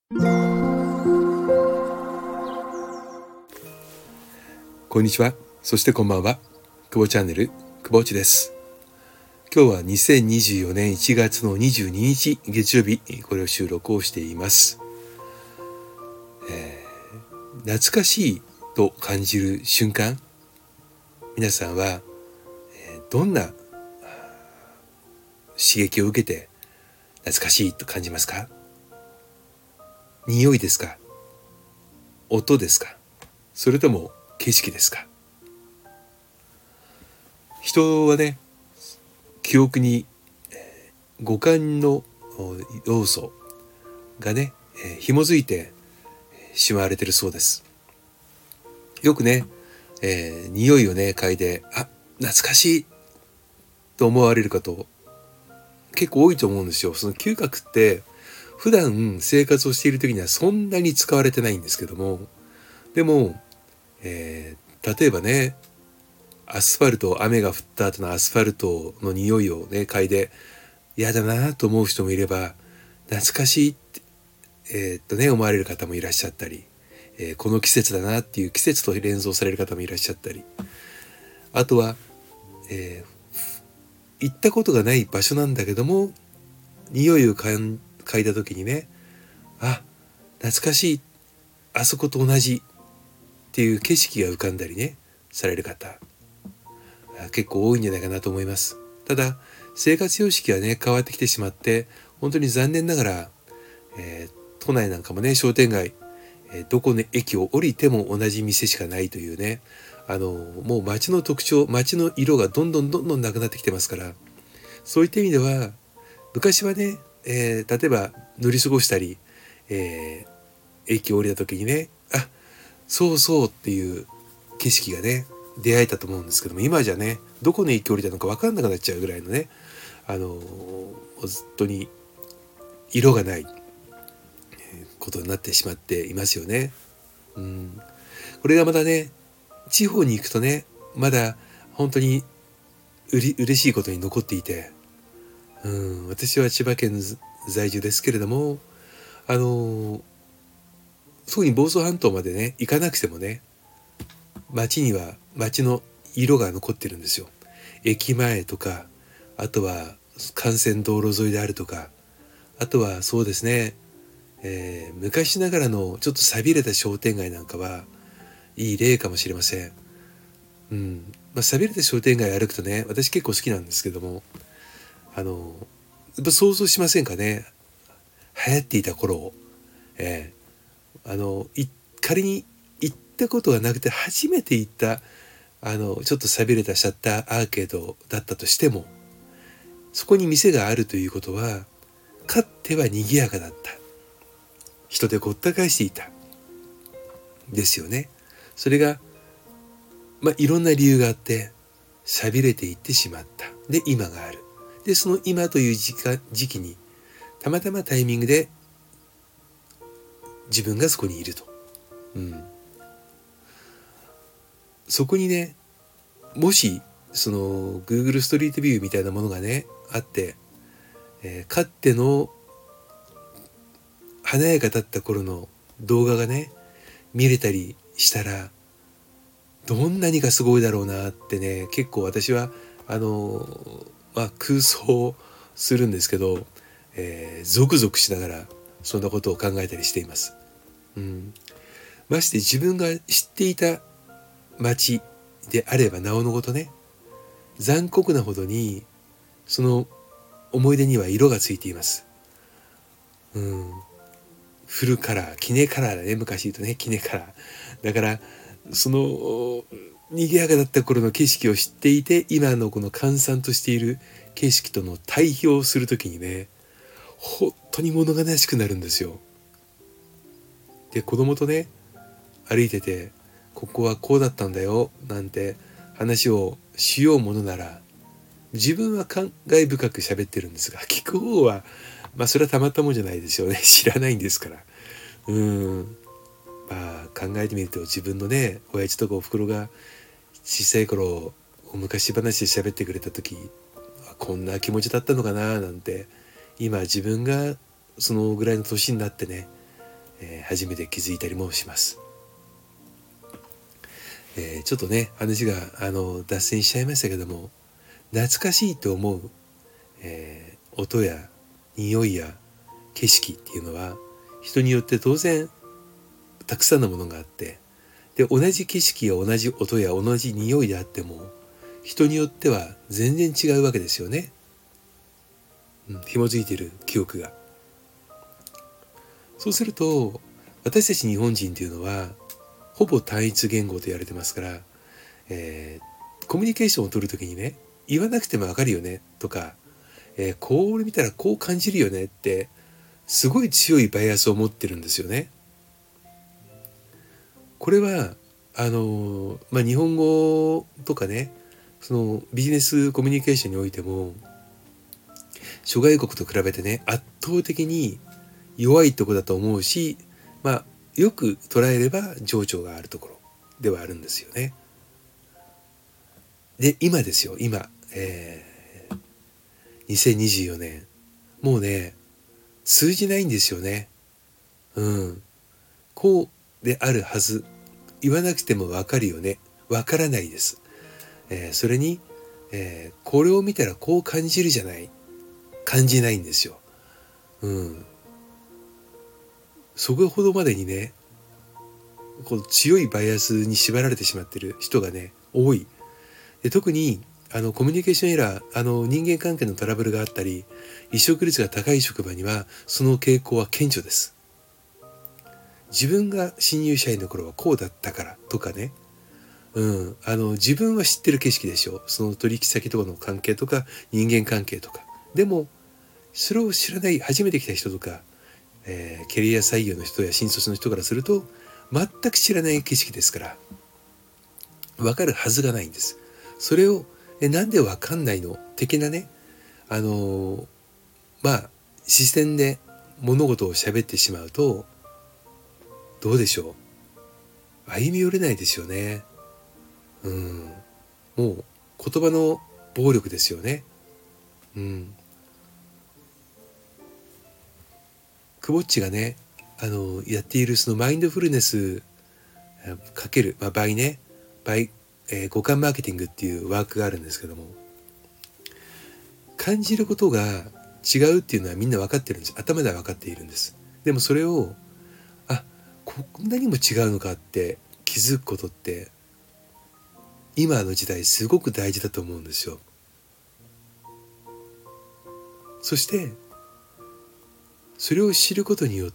こんにちは。そしてこんばんは。久保チャンネル、久保内です。今日は2024年1月の22日月曜日、これを収録をしています。懐かしいと感じる瞬間、皆さんは、どんな刺激を受けて懐かしいと感じますか？匂いですか？音ですか？それとも景色ですか？人はね、記憶に五感の要素がね、紐づいてしまわれているそうです。よくね、匂いをね嗅いで、懐かしいと思われる方結構多いと思うんですよ。その嗅覚って普段生活をしている時にはそんなに使われてないんですけども、でも、例えばね、アスファルト、雨が降った後のアスファルトの匂いをね嗅いで嫌だなと思う人もいれば、懐かしいって思われる方もいらっしゃったり、この季節だなっていう季節と連想される方もいらっしゃったり、あとは、行ったことがない場所なんだけども匂いを嗅いだ時にね、懐かしい、あそこと同じっていう景色が浮かんだりねされる方、結構多いんじゃないかなと思います。ただ生活様式はね変わってきてしまって、本当に残念ながら、都内なんかもね商店街、どこの駅を降りても同じ店しかないというね、もう街の特徴、街の色がどんどんなくなってきてますから、そういった意味では昔はね、例えば乗り過ごしたり、駅を降りた時にね、そうそうっていう景色がね出会えたと思うんですけども、今じゃねどこの駅降りたのか分かんなくなっちゃうぐらいのね、本当に色がないことになってしまっていますよね。これがまたね地方に行くとね、まだ本当に嬉しいことに残っていて、私は千葉県在住ですけれども、特に房総半島までね行かなくてもね、街には街の色が残ってるんですよ。駅前とか、あとは幹線道路沿いであるとか、あとはそうですね、昔ながらのちょっと寂れた商店街なんかはいい例かもしれません。寂れた商店街歩くとね、私結構好きなんですけども、やっぱ想像しませんかね、流行っていた頃を。仮に行ったことがなくて初めて行ったちょっと寂れたシャッターアーケードだったとしても、そこに店があるということはかつては賑やかだった、人でごった返していたですよね。それがいろんな理由があって寂れていってしまった。で今がある。でその今という時期にたまたまタイミングで自分がそこにいると、そこにね、もしその Google ストリートビューみたいなものがねあって、かつての華やかだった頃の動画がね見れたりしたら、どんなにかすごいだろうなってね、結構私は空想するんですけど、ゾクゾクしながらそんなことを考えたりしています。まして自分が知っていた街であればなおのことね、残酷なほどにその思い出には色がついています。フルカラー、キネカラーだね、昔言うとね、キネカラーだから、その賑やかだった頃の景色を知っていて、今のこの閑散としている景色との対比をするときにね、本当に物悲しくなるんですよ。で子供とね歩いてて、ここはこうだったんだよなんて話をしようものなら、自分は感慨深く喋ってるんですが、聞く方はそれはたまったもんじゃないですよね。知らないんですから。考えてみると、自分のね親父とかおふくろが小さい頃昔話で喋ってくれた時、こんな気持ちだったのかななんて、今自分がそのぐらいの年になってね初めて気づいたりもします。ちょっとね話が脱線しちゃいましたけども、懐かしいと思う、音や匂いや景色っていうのは人によって当然たくさんのものがあって、で同じ景色や同じ音や同じ匂いであっても人によっては全然違うわけですよね。紐づいている記憶が。そうすると私たち日本人っていうのはほぼ単一言語と言われてますから、コミュニケーションを取るときにね、言わなくてもわかるよねとか、こう見たらこう感じるよねってすごい強いバイアスを持ってるんですよね。これは日本語とかね、そのビジネスコミュニケーションにおいても諸外国と比べてね圧倒的に弱いところだと思うし、よく捉えれば情緒があるところではあるんですよね。で今ですよ、今、2024年もうね通じないんですよね。こうであるはず、言わなくてもわかるよね、わからないです。それに、これを見たらこう感じるじゃない、感じないんですよ。そこほどまでにねこう強いバイアスに縛られてしまっている人がね多い。で特にコミュニケーションエラー、人間関係のトラブルがあったり離職率が高い職場にはその傾向は顕著です。自分が新入社員の頃はこうだったからとかね、自分は知ってる景色でしょ、その取引先とかの関係とか人間関係とか。でもそれを知らない初めて来た人とか、キャリア採用の人や新卒の人からすると全く知らない景色ですから分かるはずがないんです。それをなんで分かんないの的なね、視線で物事を喋ってしまうとどうでしょう、歩み寄れないですよね。もう言葉の暴力ですよね。クボッチがねやっているそのマインドフルネスかける、倍ね倍、五感マーケティングっていうワークがあるんですけども、感じることが違うっていうのはみんな分かってるんです。頭では分かっているんです。でもそれをこんなにも違うのかって気づくことって今の時代すごく大事だと思うんですよ。そしてそれを知ることによって、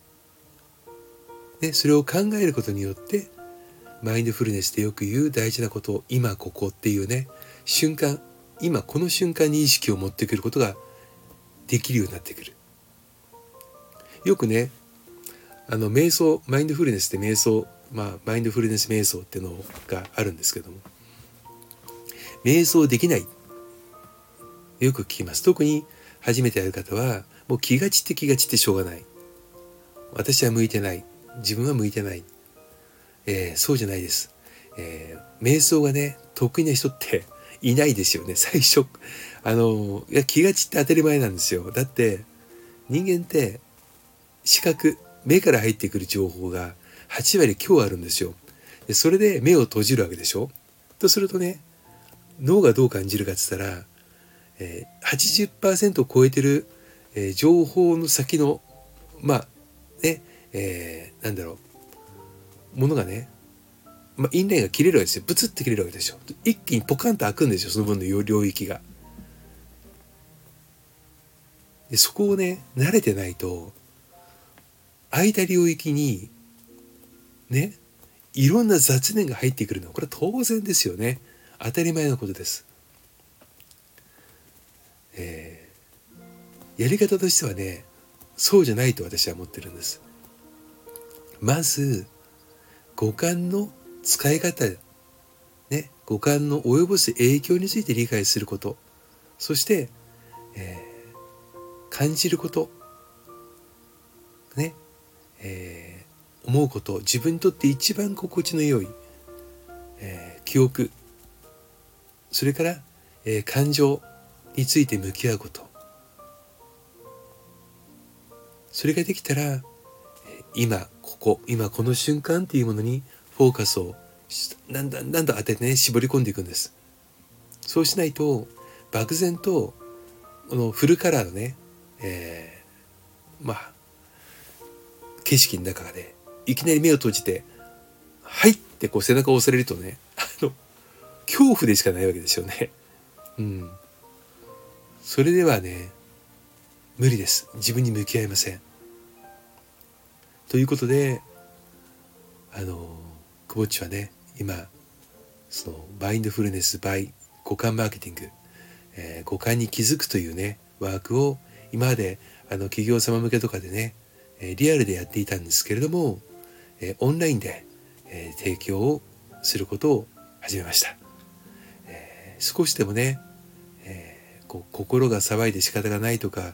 それを考えることによってマインドフルネスでよく言う大事なことを今ここっていうね瞬間、今この瞬間に意識を持ってくることができるようになってくる。よくね瞑想、マインドフルネスって瞑想、マインドフルネス瞑想っていうのがあるんですけども、瞑想できないよく聞きます。特に初めてやる方はもう気が散ってしょうがない、私は向いてない、自分は向いてない、そうじゃないです。瞑想がね得意な人っていないですよね。最初気が散って当たり前なんですよ。だって人間って視覚、目から入ってくる情報が8割強あるんですよ。でそれで目を閉じるわけでしょ。とするとね脳がどう感じるかって言ったら、80% を超えてる、情報の先のものがね、インラインが切れるわけですよ。ブツッて切れるわけでしょ。一気にポカンと開くんですよ、その分の領域が。でそこをね慣れてないと空いた領域にねいろんな雑念が入ってくるのはこれは当然ですよね。当たり前のことです。やり方としてはねそうじゃないと私は思ってるんです。まず五感の使い方ね、五感の及ぼす影響について理解すること、そして、感じることね、思うこと、自分にとって一番心地の良い、記憶、それから、感情について向き合うこと、それができたら、 今この瞬間っていうものにフォーカスをなんだ当ててね、絞り込んでいくんです。そうしないと漠然とこのフルカラーのね、景色の中でいきなり目を閉じてはいってこう背中を押されるとね、恐怖でしかないわけですよね。それではね、無理です。自分に向き合えません。ということで、くぼっちはね、今そのマインドフルネス by 五感マーケティング、五感に気づくというねワークを今まで企業様向けとかでね、リアルでやっていたんですけれども、オンラインで、提供をすることを始めました。少しでもね、心が騒いで仕方がないとか、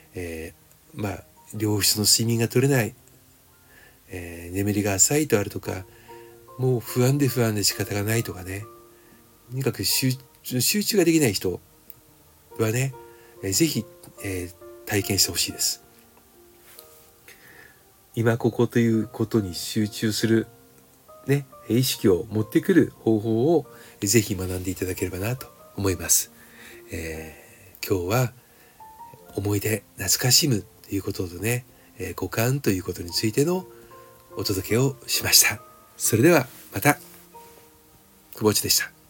良質の睡眠が取れない、眠りが浅いとあるとか、もう不安で仕方がないとかね、とにかく集中ができない人はね、ぜひ、体験してほしいです。今ここということに集中する、ね、意識を持ってくる方法をぜひ学んでいただければなと思います。今日は思い出懐かしむということとね、五感ということについてのお届けをしました。それではまた、くぼちでした。